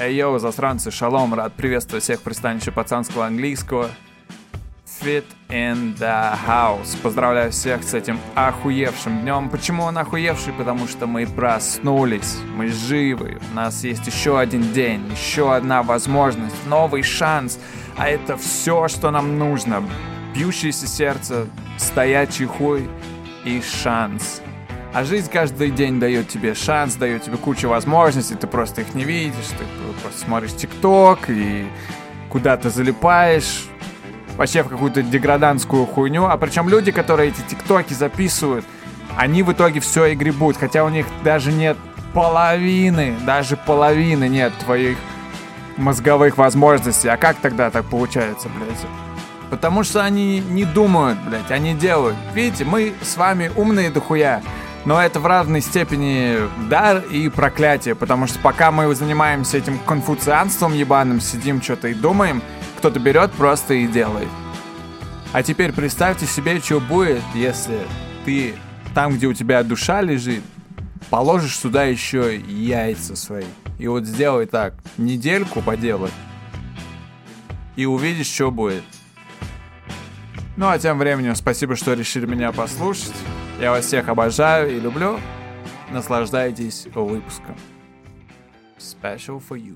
Эй, йоу, засранцы, шалом, рад приветствовать всех в пристанище пацанского английского. Fit in the house. Поздравляю всех с этим охуевшим днем. Почему он охуевший? Потому что мы проснулись, мы живы, у нас есть еще один день, еще одна возможность, новый шанс. А это все, что нам нужно. Бьющееся сердце, стоячий хуй и шанс. А жизнь каждый день дает тебе шанс, дает тебе кучу возможностей, ты просто их не видишь, ты просто смотришь ТикТок и куда-то залипаешь, вообще в какую-то деградантскую хуйню. А причем люди, которые эти ТикТоки записывают, они в итоге все и гребут, хотя у них даже нет половины нет твоих мозговых возможностей. А как тогда так получается, блядь? Потому что они не думают, блядь, они делают. Видите, мы с вами умные дохуя. Но это в равной степени дар и проклятие, потому что пока мы занимаемся этим конфуцианством ебаным, сидим что-то и думаем, кто-то берет просто и делает. А теперь представьте себе, что будет, если ты там, где у тебя душа лежит, положишь сюда еще яйца свои. И вот сделай так, недельку поделай, и увидишь, что будет. Ну а тем временем спасибо, что решили меня послушать. Я вас всех обожаю и люблю. Наслаждайтесь выпуском. Special for you.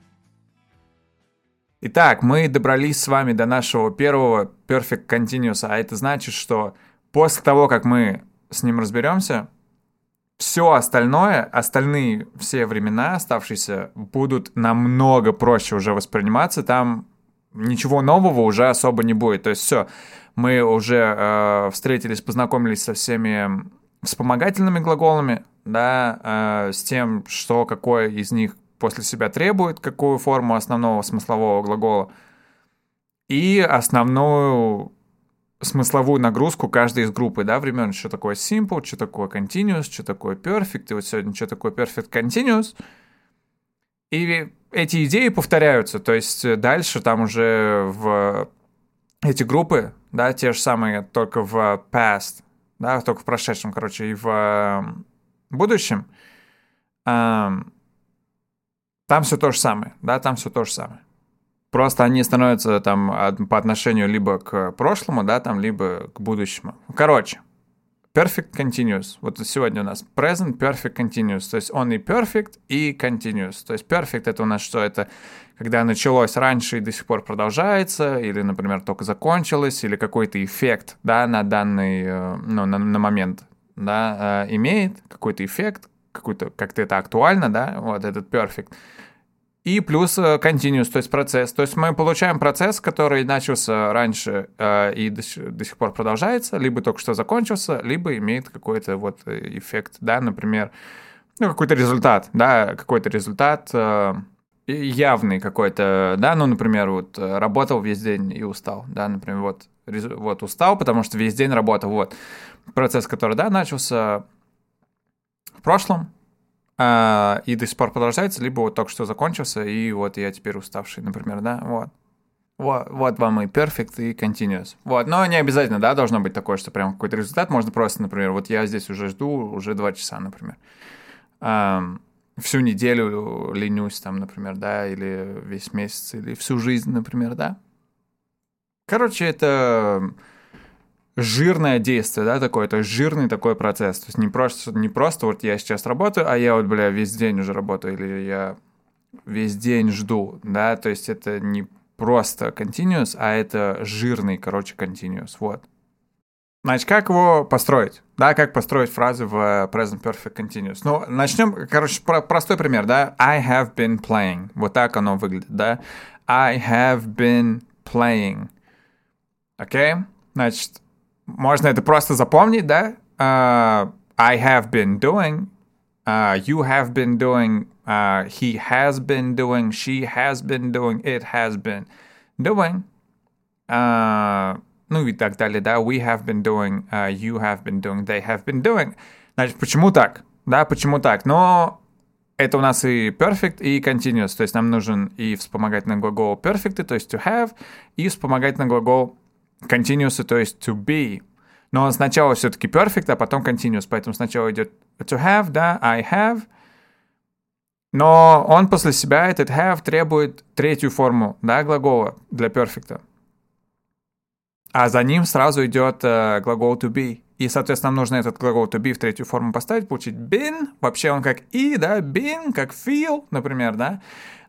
Итак, мы добрались с вами до нашего первого Perfect Continuous. А это значит, что после того, как мы с ним разберемся, все остальное, остальные все времена оставшиеся будут намного проще уже восприниматься. Там ничего нового уже особо не будет. То есть все, мы уже встретились, познакомились со всеми вспомогательными глаголами, да, с тем, что какой из них после себя требует, какую форму основного смыслового глагола, и основную смысловую нагрузку каждой из группы, да, времен, что такое simple, что такое continuous, что такое perfect, и вот сегодня что такое perfect continuous. И эти идеи повторяются, то есть дальше там уже в эти группы, да, те же самые, только в past, да, только в прошедшем, короче, и в будущем, там все то же самое, да, там все то же самое. Просто они становятся там по отношению либо к прошлому, да, там, либо к будущему. Короче, perfect continuous. Вот сегодня у нас present perfect continuous. То есть он и perfect, и continuous. То есть perfect — это у нас что? Это когда началось раньше и до сих пор продолжается, или, например, только закончилось, или какой-то эффект, да, на данный, ну, на момент, да, имеет какой-то эффект, какой-то, как-то это актуально, да, вот этот perfect. И плюс continuous, то есть процесс. То есть мы получаем процесс, который начался раньше и до сих пор продолжается, либо только что закончился, либо имеет какой-то вот эффект, да, например, ну, какой-то результат, да, какой-то результат явный какой-то, да, ну, например, вот работал весь день и устал, да, например, вот устал, потому что весь день работал, вот процесс, который, да, начался в прошлом, и до сих пор продолжается, либо вот только что закончился, и вот я теперь уставший, например, да, вот. Вот вам и perfect, и continuous. Вот, но не обязательно, да, должно быть такое, что прям какой-то результат, можно просто, например, вот я здесь уже жду, уже 2 часа, например. Всю неделю ленюсь там, например, да, или весь месяц, или всю жизнь, например, да. Короче, это жирное действие, да, такое, то есть жирный такой процесс. То есть не просто вот я сейчас работаю, а я вот, бля, весь день уже работаю, или я весь день жду, да, то есть это не просто continuous, а это жирный, короче, continuous, вот. Значит, как его построить? Да, как построить фразы в present perfect continuous? Ну, начнем, короче, простой пример, да. I have been playing. Вот так оно выглядит, да. I have been playing. Окей? Значит, можно это просто запомнить, да. I have been doing. You have been doing. He has been doing. She has been doing. It has been doing. Ну и так далее, да, we have been doing, you have been doing, they have been doing. Значит, почему так? Да, почему так? Но это у нас и perfect, и continuous, то есть нам нужен и вспомогательный глагол perfect, то есть to have, и вспомогательный глагол continuous, то есть to be. Но сначала все-таки perfect, а потом continuous, поэтому сначала идет to have, да, I have, Но он после себя, этот have, требует третью форму, да, глагола для perfect. А за ним сразу идет глагол to be. И, соответственно, нам нужно этот глагол to be в третью форму поставить, получить been. Вообще он как и, да, been, как feel, например, да.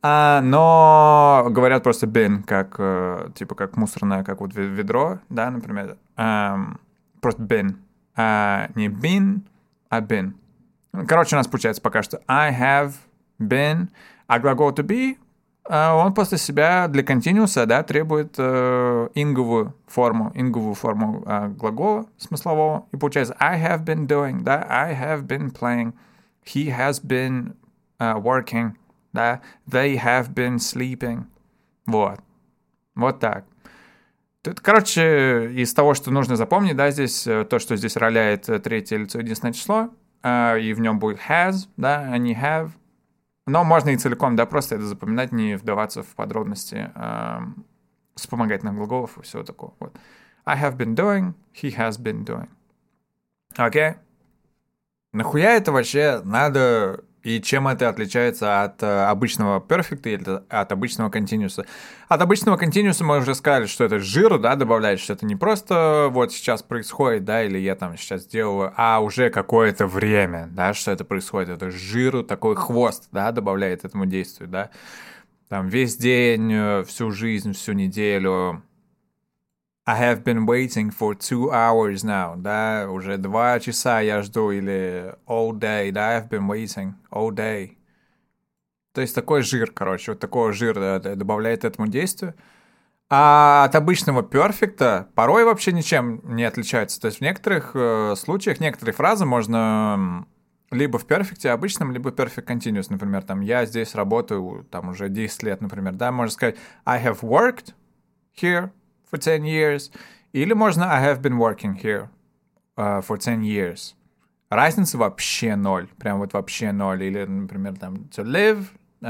Но говорят просто been, как, типа, как мусорное, как вот ведро, да, например. Просто been. Не been, а been. Короче, у нас получается пока что I have been, а глагол to be, он после себя для continuous, да, требует инговую форму глагола смыслового. И получается I have been doing, да, I have been playing, he has been working, да, they have been sleeping. Вот. Вот так. Тут, короче, из того, что нужно запомнить, да, здесь то, что здесь роляет третье лицо единственное число, и в нем будет has, да, а не have. Но можно и целиком, да, просто это запоминать, не вдаваться в подробности вспомогательных глаголов и всего такого. Вот. I have been doing, he has been doing. Окей? Нахуя это вообще надо, и чем это отличается от обычного perfect или от обычного continuous? От обычного continuous мы уже сказали, что это жир, да, добавляет, что это не просто вот сейчас происходит, да, или я там сейчас делаю, а уже какое-то время, да, что это происходит. Это жиру, такой хвост, да, добавляет этому действию, да. Там весь день, всю жизнь, всю неделю. I have been waiting for 2 hours now, да, уже 2 часа я жду, или all day, да, I've been waiting all day. То есть такой жир, короче, вот такого жира добавляет этому действию. А от обычного перфекта порой вообще ничем не отличается. То есть в некоторых случаях, некоторые фразы можно либо в перфекте обычном, либо perfect continuous, например, там, я здесь работаю, там, уже 10 лет, например, да, можно сказать I have worked here for 10 years, или можно I have been working here for 10 years. Разница вообще ноль, прям вот вообще ноль. Или, например, там to live,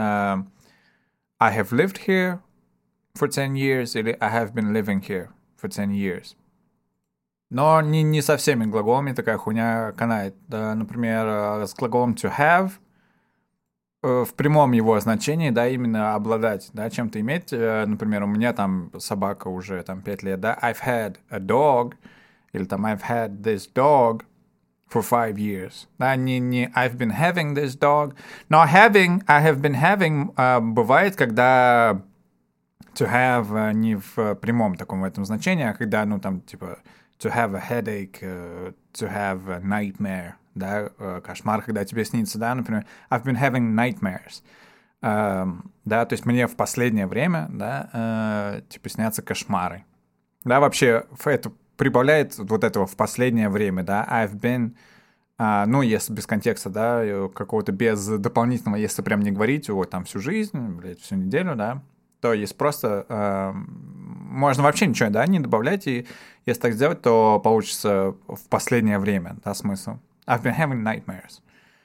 I have lived here for 10 years, или I have been living here for 10 years. Но не со всеми глаголами такая хуйня канает. Да, например, с глаголом to have в прямом его значении, да, именно обладать, да, чем-то иметь. Например, у меня там собака уже там 5 лет, да, I've had a dog, или там I've had this dog for 5 years. Да, не I've been having this dog, но I have been having бывает, когда to have не в прямом таком в этом значении, а когда, ну, там, типа, to have a headache, to have a nightmare, да, кошмар, когда тебе снится, да, например, I've been having nightmares, да, то есть мне в последнее время, да, типа, снятся кошмары. Да, вообще, это прибавляет вот этого в последнее время, да, I've been, ну, если без контекста, да, какого-то без дополнительного, если прям не говорить, вот, там, всю жизнь, блядь, всю неделю, да, то есть просто можно вообще ничего, да, не добавлять, и если так сделать, то получится в последнее время, да, смысл. I've been having nightmares.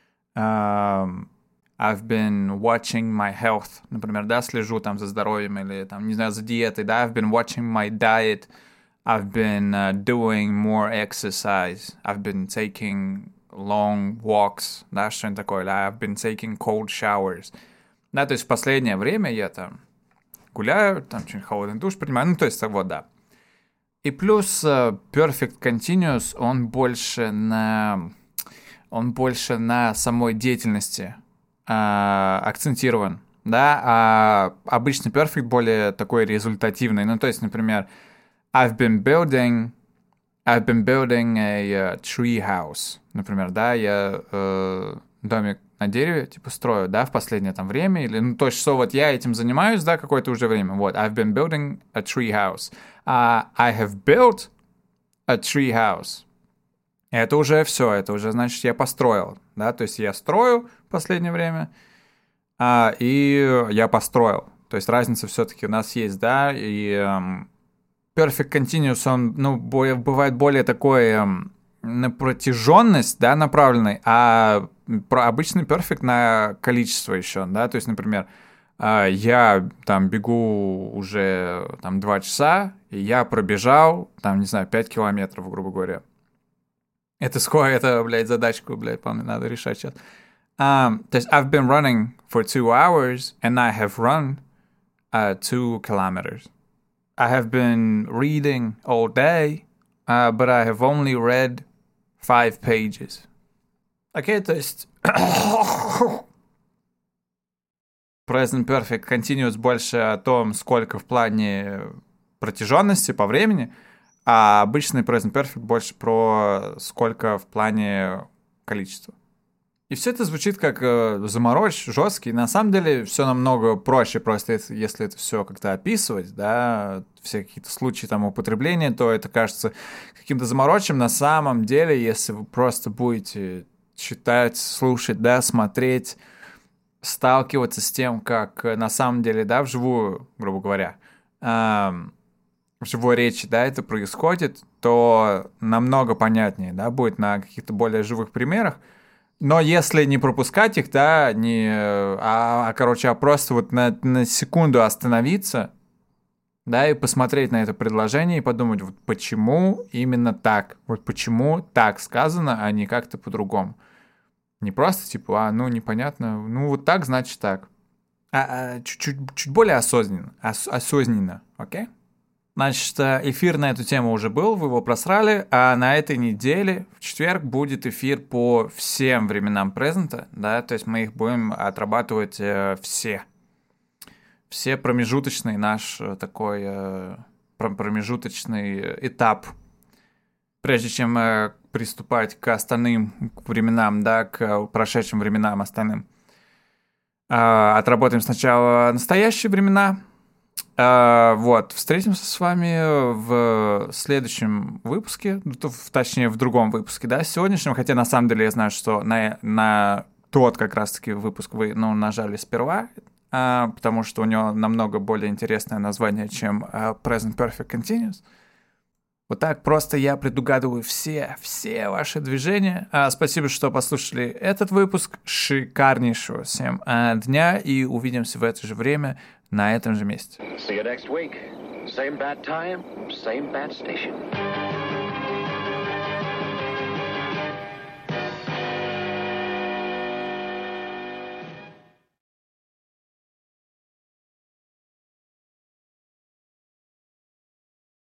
I've been watching my health, например, да, слежу там за здоровьем или там, не знаю, за диетой, да, I've been watching my diet, I've been doing more exercise, I've been taking long walks, да, что-нибудь такое, да, I've been taking cold showers. Да, то есть в последнее время я там гуляю, там что-нибудь холодный душ принимаю, ну, то есть вот, да. И плюс Perfect Continuous, он больше на самой деятельности акцентирован, да, а обычный Perfect более такой результативный. Ну, то есть, например, I've been building a tree house, например, да, я домик на дереве, типа, строю, да, в последнее там время, или, ну, то есть, что вот я этим занимаюсь, да, какое-то уже время, вот, I've been building a tree house, I have built a tree house, это уже все, это уже, значит, я построил, да, то есть, я строю в последнее время, и я построил, то есть, разница все-таки у нас есть, да, и Perfect Continuous, он, ну, бывает более такой на протяженность, да, направленный, а обычный Perfect на количество еще, да, то есть, например, я там бегу уже там 2 часа, и я пробежал, там, не знаю, 5 километров, грубо говоря. Это сколько, это, блядь, задачку, блядь, по-моему, надо решать сейчас. То есть I've been running for 2 hours and I have run 2 kilometers. I have been reading all day, but I have only read 5 pages. Окей, то есть Present Perfect Continuous больше о том, сколько в плане протяженности по времени, а обычный Present Perfect больше про сколько в плане количества. И все это звучит как заморочь, жесткий. На самом деле все намного проще, просто если это все как-то описывать, да, все какие-то случаи там употребления, то это кажется каким-то замороченным. На самом деле, если вы просто будете читать, слушать, да, смотреть, сталкиваться с тем, как на самом деле, да, вживую, грубо говоря, в живой речи, да, это происходит, то намного понятнее, да, будет на каких-то более живых примерах. Но если не пропускать их, да, а просто вот на секунду остановиться, да, и посмотреть на это предложение и подумать, вот почему именно так, вот почему так сказано, а не как-то по-другому. Не просто типа, непонятно, вот так, значит так. Чуть более осознанно, окей? Значит, эфир на эту тему уже был, вы его просрали, а на этой неделе, в четверг, будет эфир по всем временам презента, да, то есть мы их будем отрабатывать все. Все промежуточный наш такой промежуточный этап, прежде чем приступать к остальным временам, да, к прошедшим временам остальным. Отработаем сначала настоящие времена. Вот, встретимся с вами в следующем выпуске, точнее в другом выпуске, да, сегодняшнем, хотя на самом деле я знаю, что на тот как раз-таки выпуск вы, нажали сперва, потому что у него намного более интересное название, чем Present Perfect Continuous. Вот так просто я предугадываю все ваши движения. Спасибо, что послушали этот выпуск. Шикарнейшего всем дня и увидимся в это же время на этом же месте. See you next week. Same bad time, same bad station.